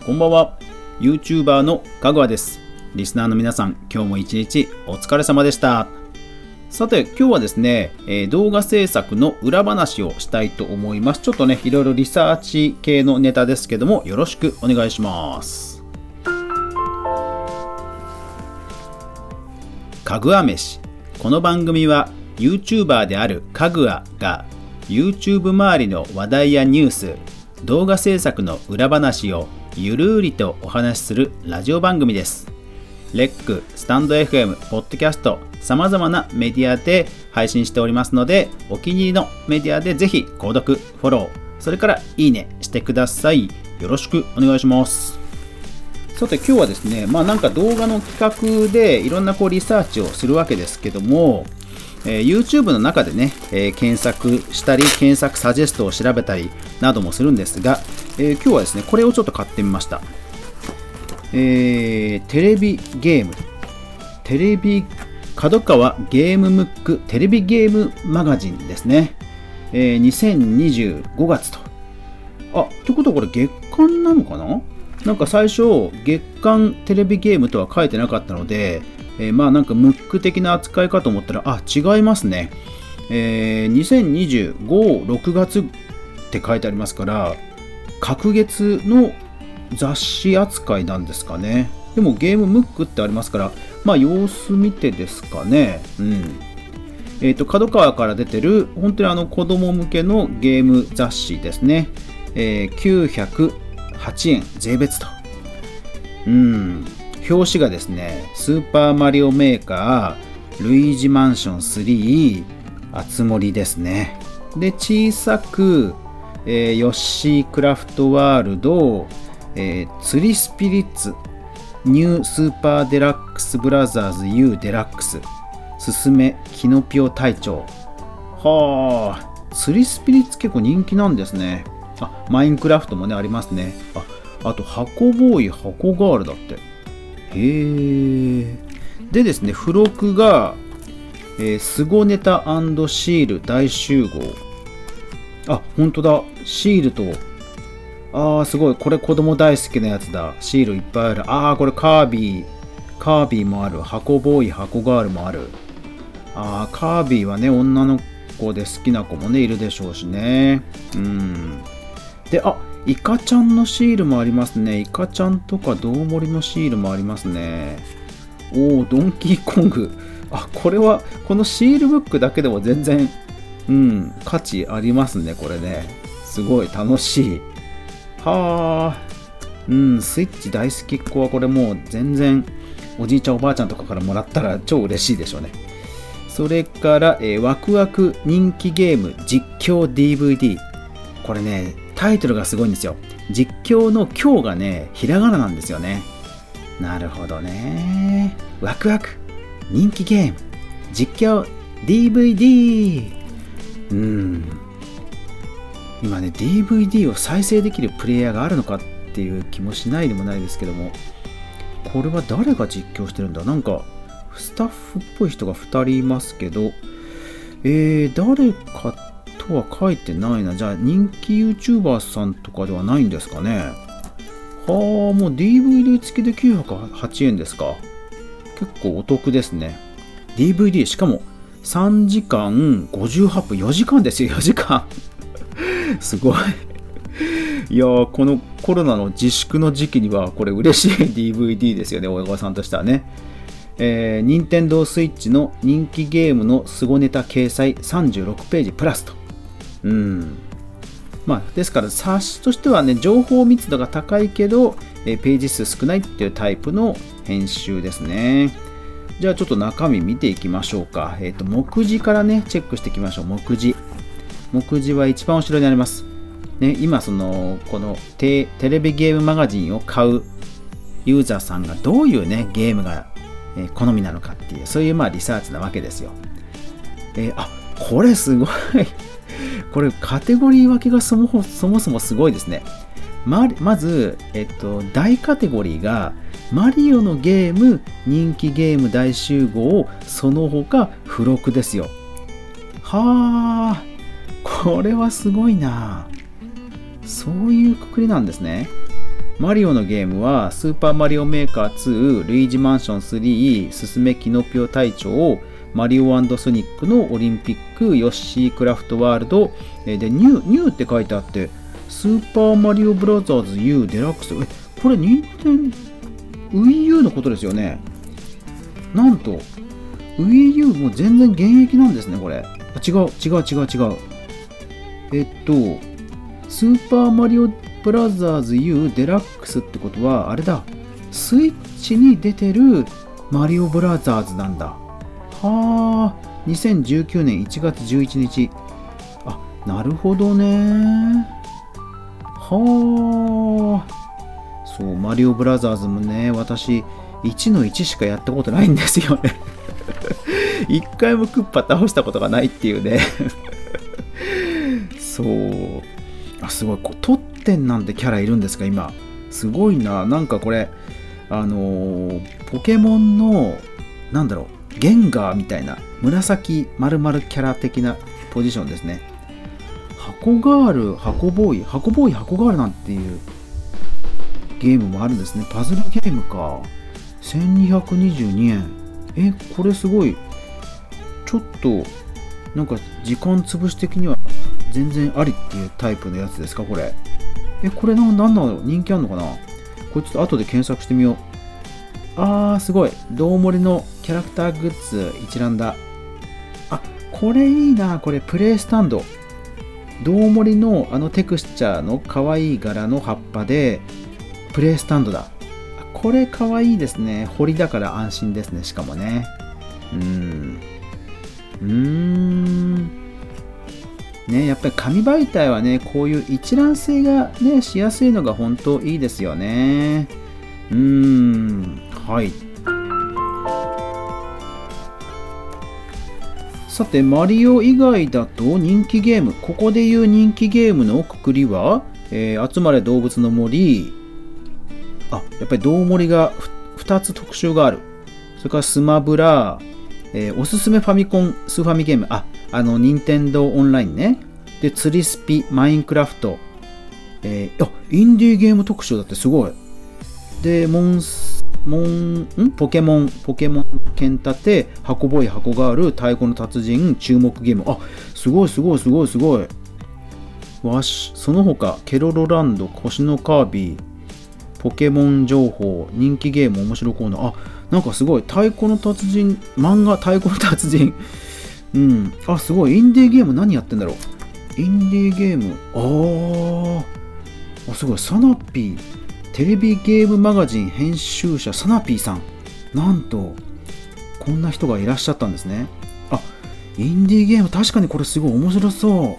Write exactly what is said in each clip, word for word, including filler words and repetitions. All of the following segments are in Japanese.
こんばんは。 YouTuber のかぐわです。リスナーの皆さん、今日も一日お疲れ様でした。さて今日はですね、えー、動画制作の裏話をしたいと思います。ちょっとねいろいろリサーチ系のネタですけども、よろしくお願いします。かぐわ飯。この番組は YouTuber であるかぐわが YouTube 周りの話題やニュース、動画制作の裏話をゆるーりとお話しするラジオ番組です。レック、スタンド エフエム、ポッドキャスト、さまざまなメディアで配信しておりますので、お気に入りのメディアでぜひ購読、フォロー、それからいいねしてください。よろしくお願いします。さて今日はですね、まあなんか動画の企画でいろんなこうリサーチをするわけですけども、えー、YouTube の中でね、えー、検索したり、検索サジェストを調べたりなどもするんですが、えー、今日はですね、これをちょっと買ってみました。えー、テレビゲーム、テレビ、角川ゲームムックテレビゲームマガジンですね。えー、にせんにじゅうごがつと。あ、ということはこれ月間なのかな？なんか最初、月間テレビゲームとは書いてなかったので、えー、まあなんかムック的な扱いかと思ったら、あ、違いますね。えー、にせんにじゅうご、ろくがつって書いてありますから、隔月の雑誌扱いなんですかね。でもゲームムックってありますから、まあ様子見てですかね。うん。えっと、角川から出てる、本当にあの子供向けのゲーム雑誌ですね。えー、きゅうひゃくはちえん税別と。うん。表紙がですね、スーパーマリオメーカー、ルイージマンションスリー、あつ森ですね。で、小さく、えー、ヨッシークラフトワールド、えー、釣りスピリッツ、ニュースーパーデラックスブラザーズ U デラックス、すすめキノピオ隊長。はあ、釣りスピリッツ結構人気なんですね。あ、マインクラフトもね、ありますね。あ、あと、箱ボーイ、箱ガールだって。へー。でですね、付録が、えー、スゴネタ&シール大集合。あ、ほんとだ。シールと、あー、すごい。これ子供大好きなやつだ。シールいっぱいある。あー、これカービィ。カービィもある。箱ボーイ、箱ガールもある。あー、カービィはね、女の子で好きな子もね、いるでしょうしね。うん。で、あ、イカちゃんのシールもありますね。イカちゃんとかドウモリのシールもありますね。おー、ドンキーコング。あ、これは、このシールブックだけでも全然、うん、価値ありますね、これね。すごい楽しい。はー。うん、スイッチ大好きっ子はこれもう全然、おじいちゃんおばあちゃんとかからもらったら超嬉しいでしょうね。それから、えー、ワクワク人気ゲーム実況 ディーブイディー。これね、タイトルがすごいんですよ。実況の今日がね、ひらがななんですよね。なるほどね。ワクワク人気ゲーム実況 ディーブイディー。うん。今ね、ディーブイディー を再生できるプレイヤーがあるのかっていう気もしないでもないですけども、これは誰が実況してるんだ？なんかスタッフっぽい人がふたりいますけど、えー、誰かとは書いてないな。じゃあ人気 YouTuber さんとかではないんですかね。はあ、もう ディーブイディー 付きできゅうひゃくはちえんですか。結構お得ですね。ディーブイディー しかもさんじかんごじゅうはっぷん、よじかんですよ、よじかん。すごい。いやー、このコロナの自粛の時期にはこれ嬉しい ディーブイディー ですよね、親御さんとしてはね。えー、任天堂スイッチの人気ゲームのスゴネタ掲載さんじゅうろくページプラスと。うん。まあ、ですから冊子としてはね、情報密度が高いけど、えー、ページ数少ないっていうタイプの編集ですね。じゃあちょっと中身見ていきましょうか。えっと、目次からね、チェックしていきましょう。目次。目次は一番後ろにあります。ね、今、その、このテ、テレビゲームマガジンを買うユーザーさんがどういうね、ゲームが、えー、好みなのかっていう、そういうまあリサーチなわけですよ。えー、あ、これすごい。これカテゴリー分けがそもそもそもすごいですね。ま, まず、えっと、大カテゴリーがマリオのゲーム、人気ゲーム大集合、その他付録ですよ。はあ、これはすごいな。そういうくくりなんですね。 マリオのゲームはスーパーマリオメーカーツー、ルイージマンションスリー、すすめキノピオ隊長、マリオ&ソニックのオリンピック、ヨッシークラフトワールド、で、ニュー、ニューって書いてあって、スーパーマリオブラザーズ U デラックス、え、これ任天 WiiU のことですよね。なんと、WiiU もう全然現役なんですね、これ。違う、違う、違う、違う。えっと、スーパーマリオブラザーズ U デラックスってことは、あれだ、スイッチに出てるマリオブラザーズなんだ。はあ、にせんじゅうきゅうねんいちがつじゅういちにち。あ、なるほどね。はあ。そう、マリオブラザーズもね、私、いちのいちしかやったことないんですよね。一回もクッパ倒したことがないっていうね。そう。あ、すごい。こうトッテンなんてキャラいるんですか、今。すごいな。なんかこれ、あのー、ポケモンの、なんだろう、ゲンガーみたいな、紫〇〇キャラ的なポジションですね。箱ガール、箱ボーイ、箱ボーイ、箱ガールなんていうゲームもあるんですね。パズルゲームか。せんにひゃくにじゅうにえん。え、これすごい。ちょっと、なんか時間潰し的には全然ありっていうタイプのやつですか、これ。え、これな、なんなの、人気あんのかな。これちょっと後で検索してみよう。あー、すごい。どうもりのキャラクターグッズ一覧だ。あ、これいいな。これプレイスタンド。どうもりのあのテクスチャーの可愛い柄の葉っぱでプレイスタンドだ。これ可愛いですね。彫りだから安心ですね。しかもね。うーん。うーん。ね、やっぱり紙媒体はね、こういう一覧性がね、しやすいのが本当いいですよね。うーん。はい。さて、マリオ以外だと人気ゲーム。ここでいう人気ゲームのくくりは、えー、集まれ動物の森。あ、やっぱりどうもりがふたつ特集がある。それからスマブラ、えー、おすすめファミコン、スーファミゲーム、あ、あの、任天堂オンラインね。で、釣りスピ、マインクラフト、えー、あ、インディーゲーム特集だってすごい。で、モンス、モン、んポケモン、ポケモン、ケンタテ、箱ボーイ、箱ガール、太鼓の達人、注目ゲーム。あ、すごいすごいすごいすごい。わし、その他、ケロロランド、星のカービィ、ポケモン情報、人気ゲーム面白コーナー。あ、なんかすごい。太鼓の達人、漫画太鼓の達人。うん。あ、すごい。インディーゲーム何やってんだろう。インディーゲーム。あー。あ、すごい。サナピー。テレビゲームマガジン編集者、サナピーさん。なんと、こんな人がいらっしゃったんですね。あ、インディーゲーム、確かにこれすごい面白そう。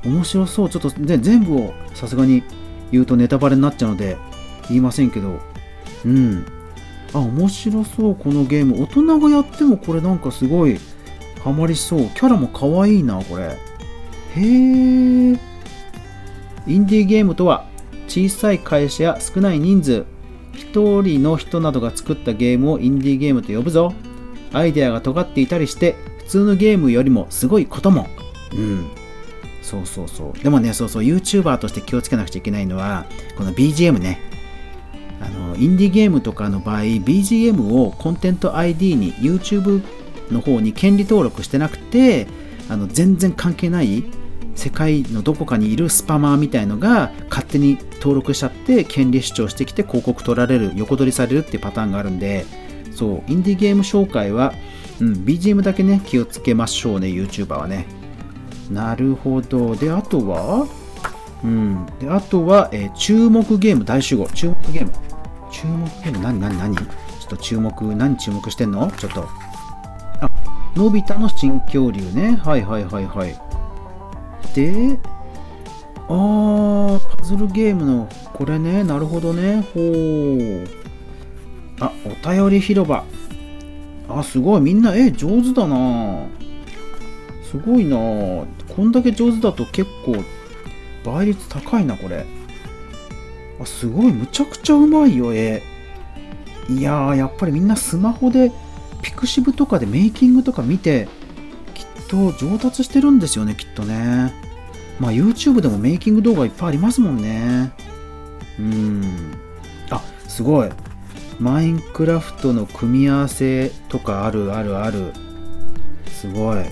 面白そう。ちょっと、ね、全部をさすがに言うとネタバレになっちゃうので、言いませんけど、うん。あ、面白そう、このゲーム。大人がやってもこれなんかすごいハマりそう。キャラも可愛いな、これ。へー。インディーゲームとは、小さい会社や少ない人数、一人の人などが作ったゲームをインディーゲームと呼ぶぞ。アイデアが尖っていたりして、普通のゲームよりもすごいことも。うん。そうそうそう。でもね、そうそう、YouTuber として気をつけなくちゃいけないのは、この ビージーエム ね。あのインディーゲームとかの場合 ビージーエム をコンテンツ アイディー に YouTube の方に権利登録してなくて、あの全然関係ない世界のどこかにいるスパマーみたいのが勝手に登録しちゃって権利主張してきて広告取られる、横取りされるっていうパターンがあるんで、そうインディーゲーム紹介は、うん、ビージーエム だけね気をつけましょうね、 YouTuber はね。なるほど。で、あとはうん。で、あとは、えー、注目ゲーム大集合。注目ゲーム。注目ゲーム何何何ちょっと注目、何注目してんのちょっと。あ、のび太の新恐竜ね。はいはいはいはい。で、あー、パズルゲームの、これね。なるほどね。ほー。あ、お便り広場。あ、すごい。みんな、え、上手だな。すごいな。こんだけ上手だと結構、倍率高いな、これ。あ、すごい、むちゃくちゃうまいよ、絵。いやー、やっぱりみんなスマホで、ピクシブとかでメイキングとか見て、きっと上達してるんですよね、きっとね。まあ、YouTube でもメイキング動画いっぱいありますもんね。 うん。あ、すごい。マインクラフトの組み合わせとかあるあるある。すごい。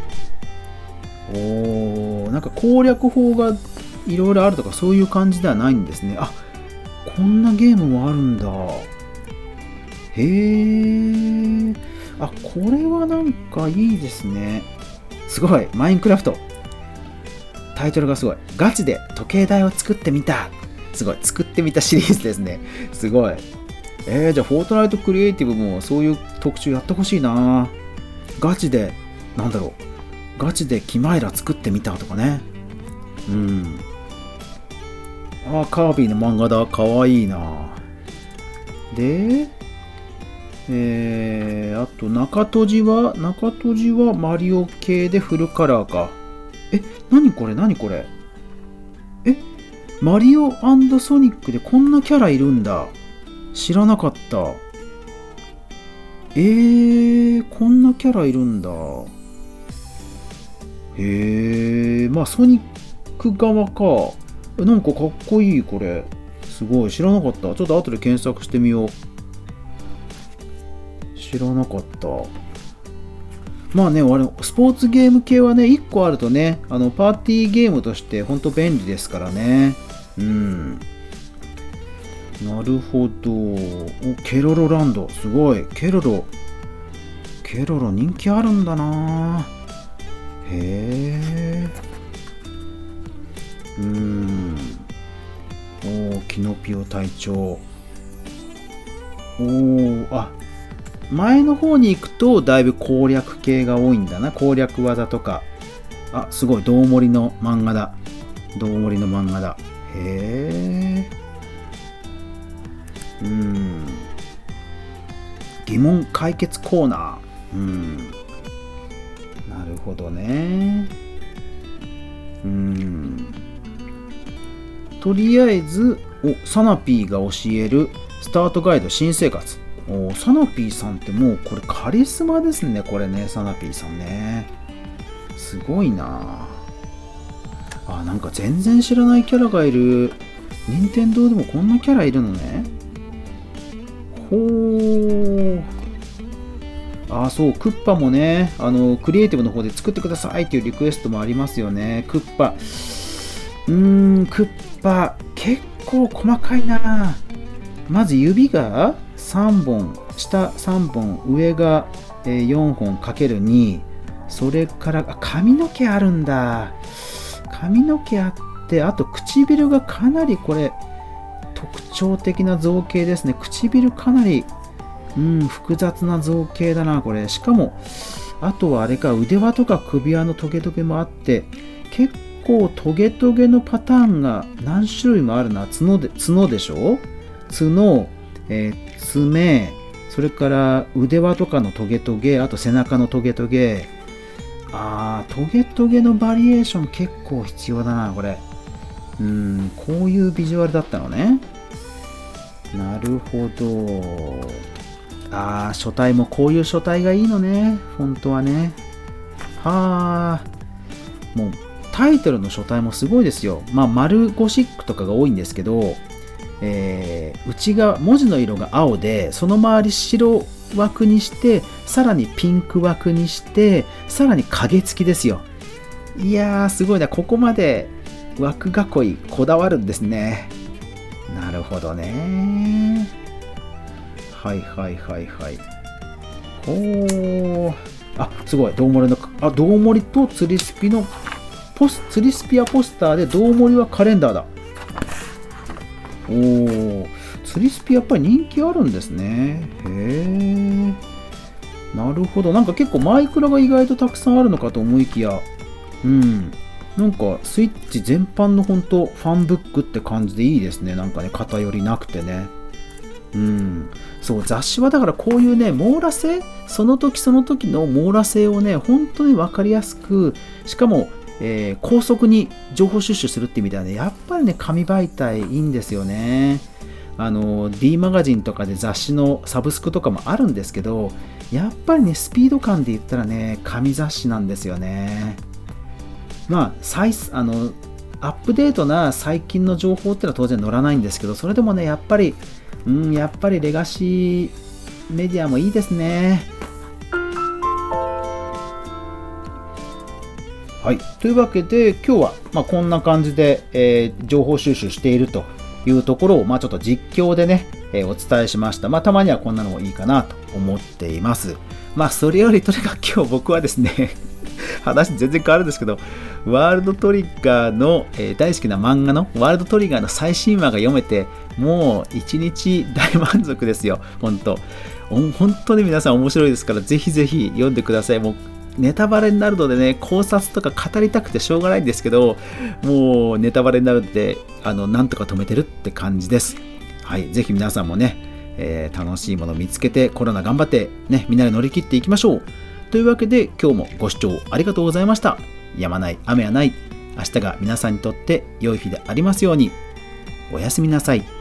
おー、なんか攻略法がいろいろあるとかそういう感じではないんですね。あ、こんなゲームもあるんだ。へー。あ、これはなんかいいですね。すごい。マインクラフト。タイトルがすごい。ガチで時計台を作ってみた。すごい。作ってみたシリーズですね。すごい。えー、じゃあ、フォートナイトクリエイティブもそういう特集やってほしいな。ガチで、なんだろう。ガチでキマイラ作ってみたとかね。うん。あ、カービィの漫画だ。かわいいな。で、えー、あと中閉じは、中閉じはマリオ系でフルカラーか。え、なにこれなにこれえ、マリオ&ソニックでこんなキャラいるんだ。知らなかった。えー、こんなキャラいるんだ。へー、まあソニック側か。なんかかっこいいこれ。すごい、知らなかった。ちょっと後で検索してみよう。知らなかった。まあね、あれスポーツゲーム系はね、いっこあるとね、あのパーティーゲームとしてほんと便利ですからね。うん。なるほど。お、ケロロランド。すごい。ケロロ。ケロロ人気あるんだな。へえ。うーん。お、キノピオ隊長。お、あ、前の方に行くとだいぶ攻略系が多いんだな。攻略技とか。あ、すごい。どうもりの漫画だ。どうもりの漫画だ。へえ。うーん。疑問解決コーナー。うん。なるほどね。うーん。とりあえず、お、サナピーが教えるスタートガイド新生活。お、サナピーさんってもうこれカリスマですね。これね、サナピーさんね。すごいなあ。なんか全然知らないキャラがいる。任天堂でもこんなキャラいるのね。ほー。あ、そう、クッパもね、あの、クリエイティブの方で作ってくださいっていうリクエストもありますよね。クッパ。うーん、クッパ、結構細かいな。まず指がさんぼん、下さんぼん、上がよんほんかけるに、それから髪の毛あるんだ。髪の毛あって、あと唇がかなりこれ特徴的な造形ですね。唇かなり、うん、複雑な造形だなこれ。しかもあとはあれか、腕輪とか首輪のトゲトゲもあって、結構トゲトゲのパターンが何種類もあるな。角で角でしょ。角、えー、爪、それから腕輪とかのトゲトゲ、あと背中のトゲトゲ。あー、トゲトゲのバリエーション結構必要だなこれ。うーん、こういうビジュアルだったのね。なるほど。あー、書体もこういう書体がいいのね。フォントはね。はー。もうタイトルの書体もすごいですよ。まあ丸ゴシックとかが多いんですけど、えー、内側文字の色が青で、その周り白枠にして、さらにピンク枠にして、さらに影付きですよ。いやー、すごいな。ここまで枠囲いこだわるんですね。なるほどね。はいはいはいはい。ほー。あ、すごい。どうもりの、あ、どうもりと釣りスピのポス、釣りスピアポスターで、どうもりはカレンダーだ。おー。釣りスピやっぱり人気あるんですね。へー。なるほど。なんか結構マイクラが意外とたくさんあるのかと思いきや、うん。なんかスイッチ全般の本当ファンブックって感じでいいですね。なんかね、偏りなくてね。うん。そう、雑誌はだからこういうね、網羅性、その時その時の網羅性をね、本当に分かりやすく、しかも、えー、高速に情報収集するって意味ではね、やっぱりね、紙媒体いいんですよね。あの D マガジンとかで雑誌のサブスクとかもあるんですけど、やっぱりねスピード感で言ったらね紙雑誌なんですよね。まあサイズあのアップデートな最近の情報ってのは当然載らないんですけど、それでもね、やっぱり、うん、やっぱりレガシーメディアもいいですね。はい、というわけで今日は、まあ、こんな感じで、えー、情報収集しているというところを、まあ、ちょっと実況でね、えー、お伝えしました。まあ、たまにはこんなのもいいかなと思っています。まあ、それよりとにかく今日僕はですね話全然変わるんですけど、ワールドトリガーの、えー、大好きな漫画のワールドトリガーの最新話が読めて、もう一日大満足ですよ。本当本当に皆さん面白いですから、ぜひぜひ読んでください。もうネタバレになるのでね、考察とか語りたくてしょうがないんですけど、もうネタバレになるので、あのなんとか止めてるって感じです。はい、ぜひ皆さんもね、えー、楽しいものを見つけて、コロナ頑張ってね、みんなで乗り切っていきましょう。というわけで今日もご視聴ありがとうございました。やまない雨はない。明日が皆さんにとって良い日でありますように。おやすみなさい。